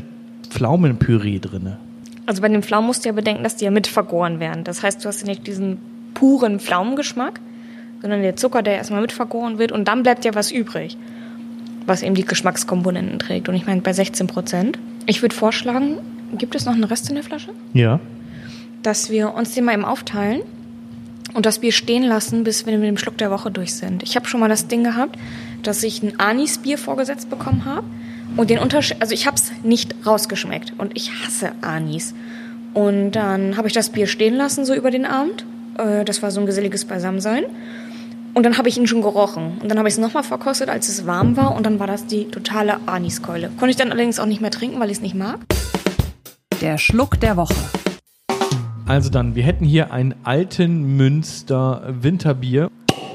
Pflaumenpüree drin. Also bei den Pflaumen musst du ja bedenken, dass die ja mit vergoren werden. Das heißt, du hast ja nicht diesen puren Pflaumengeschmack, sondern der Zucker, der erstmal mitvergoren wird und dann bleibt ja was übrig, was eben die Geschmackskomponenten trägt. Und ich meine bei 16%. Ich würde vorschlagen, gibt es noch einen Rest in der Flasche? Ja. Dass wir uns den mal eben aufteilen und das Bier stehen lassen, bis wir mit dem Schluck der Woche durch sind. Ich habe schon mal das Ding gehabt, dass ich ein Anis-Bier vorgesetzt bekommen habe und den Unterschied, also ich habe es nicht rausgeschmeckt und ich hasse Anis. Und dann habe ich das Bier stehen lassen so über den Abend. Das war so ein geselliges Beisammensein. Und dann habe ich ihn schon gerochen. Und dann habe ich es nochmal verkostet, als es warm war. Und dann war das die totale Aniskeule. Konnte ich dann allerdings auch nicht mehr trinken, weil ich es nicht mag. Der Schluck der Woche. Also dann, wir hätten hier ein Altenmünster Winterbier.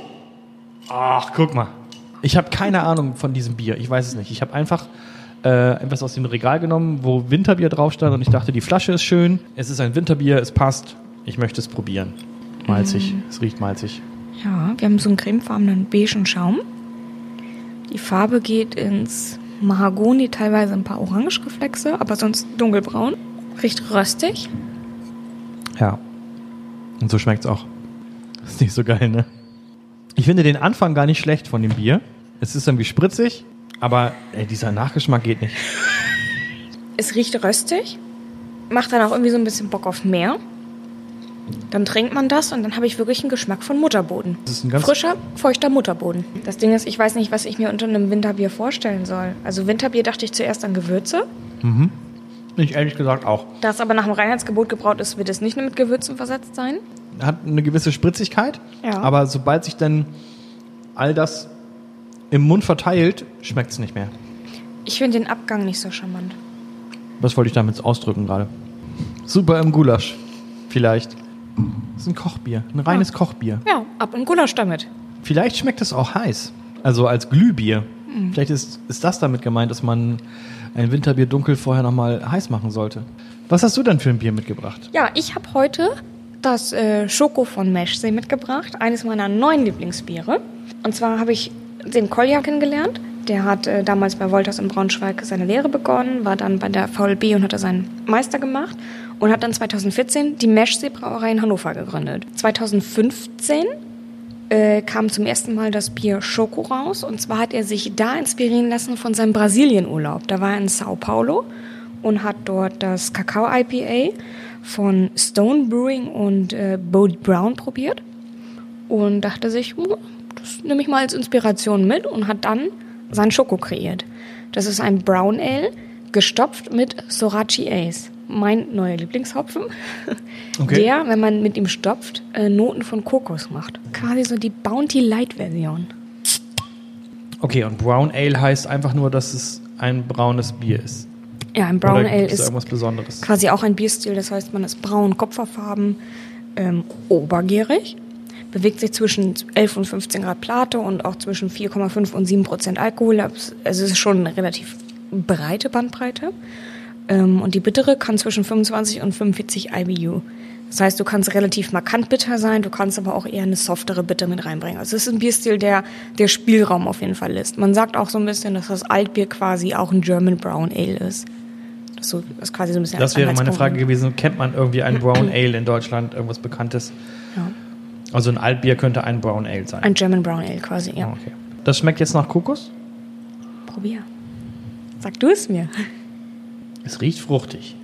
Ach, guck mal. Ich habe keine Ahnung von diesem Bier. Ich weiß es nicht. Ich habe einfach etwas aus dem Regal genommen, wo Winterbier drauf stand. Und ich dachte, die Flasche ist schön. Es ist ein Winterbier, es passt. Ich möchte es probieren. Malzig. Es riecht malzig. Ja, wir haben so einen cremefarbenen beigen Schaum. Die Farbe geht ins Mahagoni, teilweise ein paar Orangereflexe, aber sonst dunkelbraun. Riecht röstig. Ja. Und so schmeckt's auch. Ist nicht so geil, ne? Ich finde den Anfang gar nicht schlecht von dem Bier. Es ist irgendwie spritzig, aber dieser Nachgeschmack geht nicht. Es riecht röstig, macht dann auch irgendwie so ein bisschen Bock auf mehr. Dann trinkt man das und dann habe ich wirklich einen Geschmack von Mutterboden. Das ist ein ganz frischer, feuchter Mutterboden. Das Ding ist, ich weiß nicht, was ich mir unter einem Winterbier vorstellen soll. Also Winterbier dachte ich zuerst an Gewürze. Mhm. Ich ehrlich gesagt auch. Da es aber nach dem Reinheitsgebot gebraut ist, wird es nicht nur mit Gewürzen versetzt sein. Hat eine gewisse Spritzigkeit, Ja. aber sobald sich dann all das im Mund verteilt, schmeckt es nicht mehr. Ich finde den Abgang nicht so charmant. Was wollte ich damit ausdrücken gerade? Super im Gulasch, vielleicht. Das ist ein Kochbier, ein reines Kochbier. Ja, ab im Gulasch damit. Vielleicht schmeckt es auch heiß, also als Glühbier. Vielleicht ist das damit gemeint, dass man ein Winterbier dunkel vorher nochmal heiß machen sollte. Was hast du denn für ein Bier mitgebracht? Ja, ich habe heute das Schoko von Meschsee mitgebracht, eines meiner neuen Lieblingsbiere. Und zwar habe ich den Kolja kennengelernt. Der hat damals bei Wolters in Braunschweig seine Lehre begonnen, war dann bei der VLB und hat da seinen Meister gemacht und hat dann 2014 die Meschsee Brauerei in Hannover gegründet. 2015 kam zum ersten Mal das Bier Schoko raus und zwar hat er sich da inspirieren lassen von seinem Brasilienurlaub. Da war er in Sao Paulo und hat dort das Kakao-IPA von Stone Brewing und Bodie Brown probiert und dachte sich, das nehme ich mal als Inspiration mit und hat dann sein Schoko kreiert. Das ist ein Brown Ale, gestopft mit Sorachi Ace. Mein neuer Lieblingshopfen, Okay. der, wenn man mit ihm stopft, Noten von Kokos macht. Quasi so die Bounty Light Version. Okay, und Brown Ale heißt einfach nur, dass es ein braunes Bier ist. Ja, ein Brown Oder Ale gibt's da ist irgendwas Besonderes? quasi auch ein Bierstil, das heißt, man ist braun, kupferfarben, obergärig, bewegt sich zwischen 11 und 15 Grad Plato und auch zwischen 4,5 und 7% Alkohol. Also es ist schon eine relativ breite Bandbreite. Und die bittere kann zwischen 25 und 45 IBU. Das heißt, du kannst relativ markant bitter sein, du kannst aber auch eher eine softere Bitter mit reinbringen. Also es ist ein Bierstil, der Spielraum auf jeden Fall lässt. Man sagt auch so ein bisschen, dass das Altbier quasi auch ein German Brown Ale ist. Das quasi so ein bisschen Das wäre meine Frage gewesen. Kennt man irgendwie ein Brown Ale in Deutschland, irgendwas Bekanntes? Ja. Also ein Altbier könnte ein Brown Ale sein. Ein German Brown Ale quasi, ja. Okay. Das schmeckt jetzt nach Kokos? Probier. Sag du es mir. Es riecht fruchtig.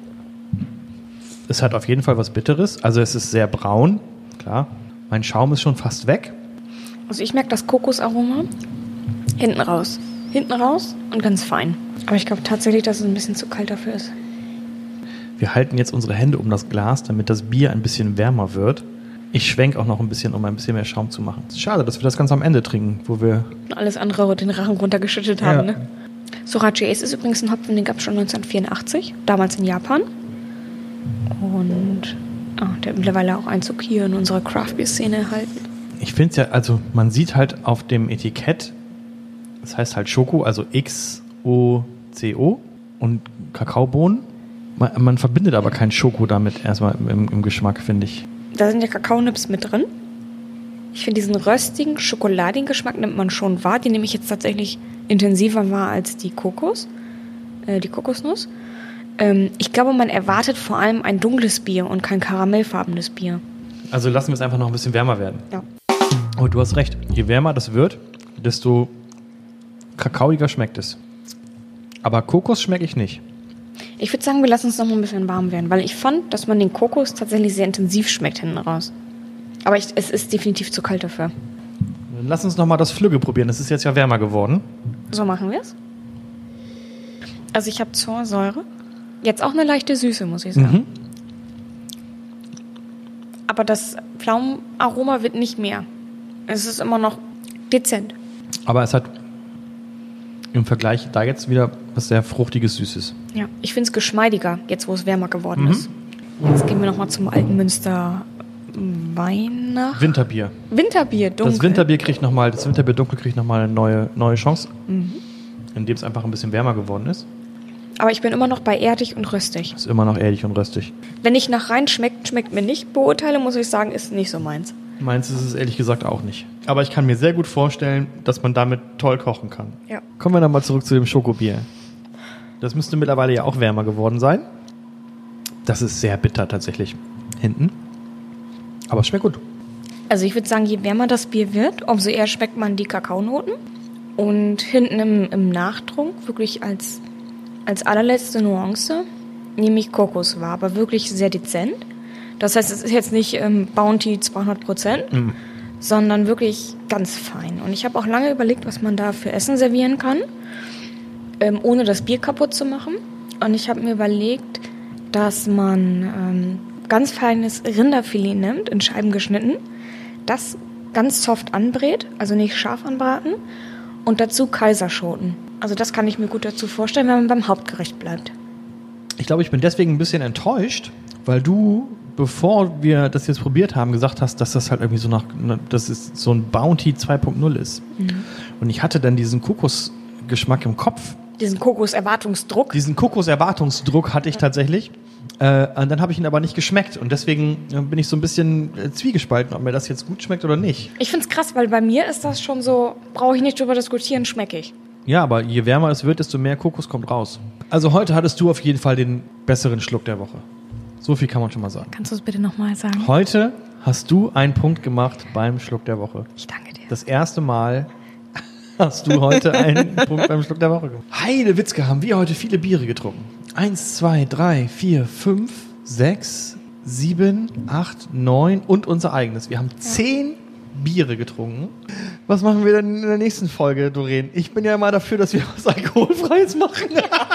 Es hat auf jeden Fall was Bitteres. Also es ist sehr braun, klar. Mein Schaum ist schon fast weg. Also ich merke das Kokosaroma hinten raus. Hinten raus und ganz fein. Aber ich glaube tatsächlich, dass es ein bisschen zu kalt dafür ist. Wir halten jetzt unsere Hände um das Glas, damit das Bier ein bisschen wärmer wird. Ich schwenke auch noch ein bisschen, um ein bisschen mehr Schaum zu machen. Schade, dass wir das ganz am Ende trinken, wo wir... Und alles andere den Rachen runtergeschüttet haben, Ja. ne? Sorachi Ace ist übrigens ein Hopfen, den gab es schon 1984, damals in Japan. Und der hat mittlerweile auch Einzug hier in unserer Craft-Bier-Szene erhalten. Ich finde es ja, also man sieht halt auf dem Etikett, das heißt halt Schoko, also XOCO und Kakaobohnen. Man verbindet aber kein Schoko damit erstmal im Geschmack, finde ich. Da sind ja Kakaonips mit drin. Ich finde, diesen röstigen, schokoladigen Geschmack nimmt man schon wahr. Die nehme ich jetzt tatsächlich intensiver wahr als die Kokosnuss. Ich glaube, man erwartet vor allem ein dunkles Bier und kein karamellfarbenes Bier. Also lassen wir es einfach noch ein bisschen wärmer werden. Ja. Oh, du hast recht. Je wärmer das wird, desto kakaoiger schmeckt es. Aber Kokos schmecke ich nicht. Ich würde sagen, wir lassen es noch mal ein bisschen warm werden, weil ich fand, dass man den Kokos tatsächlich sehr intensiv schmeckt hinten raus. Aber es ist definitiv zu kalt dafür. Dann lass uns noch mal das Flügge probieren. Es ist jetzt ja wärmer geworden. So machen wir es. Also ich habe Zorsäure. Jetzt auch eine leichte Süße, muss ich sagen. Aber das Pflaumenaroma wird nicht mehr. Es ist immer noch dezent. Aber es hat im Vergleich da jetzt wieder was sehr Fruchtiges, Süßes. Ja, ich finde es geschmeidiger, jetzt wo es wärmer geworden ist. Jetzt gehen wir nochmal zum alten Münster Winterbier. Winterbier dunkel. Das Winterbier dunkel kriegt nochmal eine neue Chance. Indem es einfach ein bisschen wärmer geworden ist. Aber ich bin immer noch bei erdig und röstig. Ist immer noch erdig und röstig. Wenn nicht nach rein schmeckt mir nicht. Beurteile, muss ich sagen, ist nicht so meins. Meins ist es ehrlich gesagt auch nicht. Aber ich kann mir sehr gut vorstellen, dass man damit toll kochen kann. Ja. Kommen wir nochmal zurück zu dem Schokobier. Das müsste mittlerweile ja auch wärmer geworden sein. Das ist sehr bitter tatsächlich. Hinten. Aber es schmeckt gut. Also ich würde sagen, je wärmer das Bier wird, umso eher schmeckt man die Kakaonoten. Und hinten im Nachtrunk, wirklich als allerletzte Nuance, nehme ich Kokos wahr, aber wirklich sehr dezent. Das heißt, es ist jetzt nicht Bounty 200%, sondern wirklich ganz fein. Und ich habe auch lange überlegt, was man da für Essen servieren kann, ohne das Bier kaputt zu machen. Und ich habe mir überlegt, dass man ganz feines Rinderfilet nimmt, in Scheiben geschnitten, das ganz soft anbrät, also nicht scharf anbraten, und dazu Kaiserschoten. Also das kann ich mir gut dazu vorstellen, wenn man beim Hauptgericht bleibt. Ich glaube, ich bin deswegen ein bisschen enttäuscht, weil du, bevor wir das jetzt probiert haben, gesagt hast, dass das halt irgendwie dass es so ein Bounty 2.0 ist. Und ich hatte dann diesen Kokosgeschmack im Kopf. Diesen Kokoserwartungsdruck. Diesen Kokoserwartungsdruck hatte ich tatsächlich. Und dann habe ich ihn aber nicht geschmeckt. Und deswegen bin ich so ein bisschen zwiegespalten, ob mir das jetzt gut schmeckt oder nicht. Ich finde es krass, weil bei mir ist das schon so, brauche ich nicht drüber diskutieren, schmecke ich. Ja, aber je wärmer es wird, desto mehr Kokos kommt raus. Also heute hattest du auf jeden Fall den besseren Schluck der Woche. So viel kann man schon mal sagen. Kannst du es bitte nochmal sagen? Heute hast du einen Punkt gemacht beim Schluck der Woche. Ich danke dir. Das erste Mal hast du heute einen Punkt beim Schluck der Woche gemacht. Heide Witzke, haben wir heute viele Biere getrunken. 1, 2, 3, 4, 5, 6, 7, 8, 9 und unser eigenes. Wir haben 10 Biere getrunken. Was machen wir denn in der nächsten Folge, Doreen? Ich bin ja immer dafür, dass wir was Alkoholfreies machen.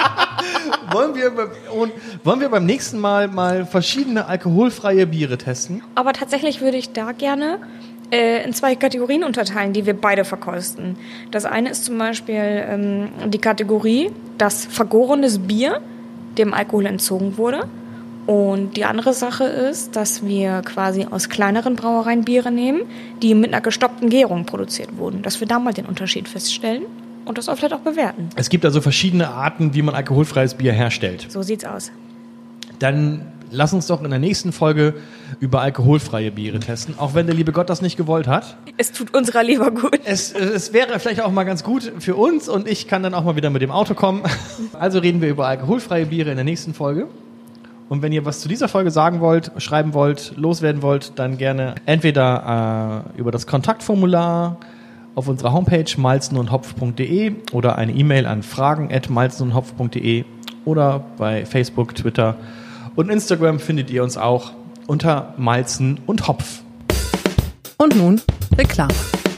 Wollen wir beim nächsten Mal verschiedene alkoholfreie Biere testen? Aber tatsächlich würde ich da gerne in 2 Kategorien unterteilen, die wir beide verkosten. Das eine ist zum Beispiel die Kategorie, das vergorenes Bier, dem Alkohol entzogen wurde. Und die andere Sache ist, dass wir quasi aus kleineren Brauereien Biere nehmen, die mit einer gestoppten Gärung produziert wurden. Dass wir da mal den Unterschied feststellen und das auch vielleicht auch bewerten. Es gibt also verschiedene Arten, wie man alkoholfreies Bier herstellt. So sieht's aus. Dann lass uns doch in der nächsten Folge über alkoholfreie Biere testen, auch wenn der liebe Gott das nicht gewollt hat. Es tut unserer Leber gut. Es wäre vielleicht auch mal ganz gut für uns und ich kann dann auch mal wieder mit dem Auto kommen. Also reden wir über alkoholfreie Biere in der nächsten Folge. Und wenn ihr was zu dieser Folge sagen wollt, schreiben wollt, loswerden wollt, dann gerne entweder über das Kontaktformular auf unserer Homepage malzenundhopf.de oder eine E-Mail an fragen@malzenundhopf.de oder bei Facebook, Twitter und Instagram findet ihr uns auch unter Malzen und Hopf. Und nun Reklame.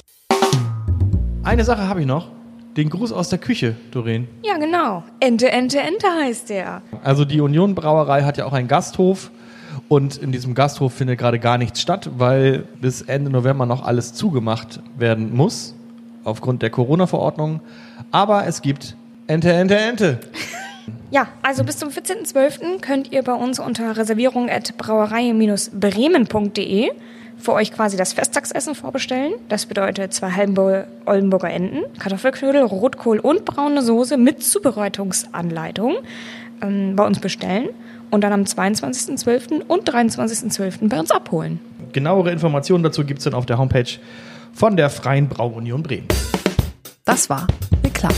Eine Sache habe ich noch. Den Gruß aus der Küche, Doreen. Ja, genau. Ente, Ente, Ente heißt der. Also die Union Brauerei hat ja auch einen Gasthof und in diesem Gasthof findet gerade gar nichts statt, weil bis Ende November noch alles zugemacht werden muss, aufgrund der Corona-Verordnung. Aber es gibt Ente, Ente, Ente. Ja, also bis zum 14.12. könnt ihr bei uns unter reservierung@brauerei-bremen.de für euch quasi das Festtagsessen vorbestellen. Das bedeutet 2 halbe Oldenburger Enten, Kartoffelknödel, Rotkohl und braune Soße mit Zubereitungsanleitung bei uns bestellen und dann am 22.12. und 23.12. bei uns abholen. Genauere Informationen dazu gibt es dann auf der Homepage von der Freien Brauunion Bremen. Das war Reklame.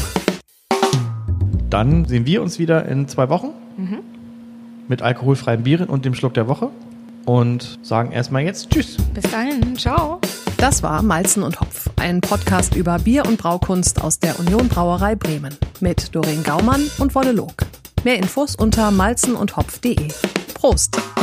Dann sehen wir uns wieder in 2 Wochen mit alkoholfreien Bieren und dem Schluck der Woche. und sagen erstmal jetzt Tschüss. Bis dahin, ciao. Das war Malzen und Hopf, ein Podcast über Bier- und Braukunst aus der Union Brauerei Bremen mit Doreen Gaumann und Wolle Log. Mehr Infos unter malzenundhopf.de. Prost!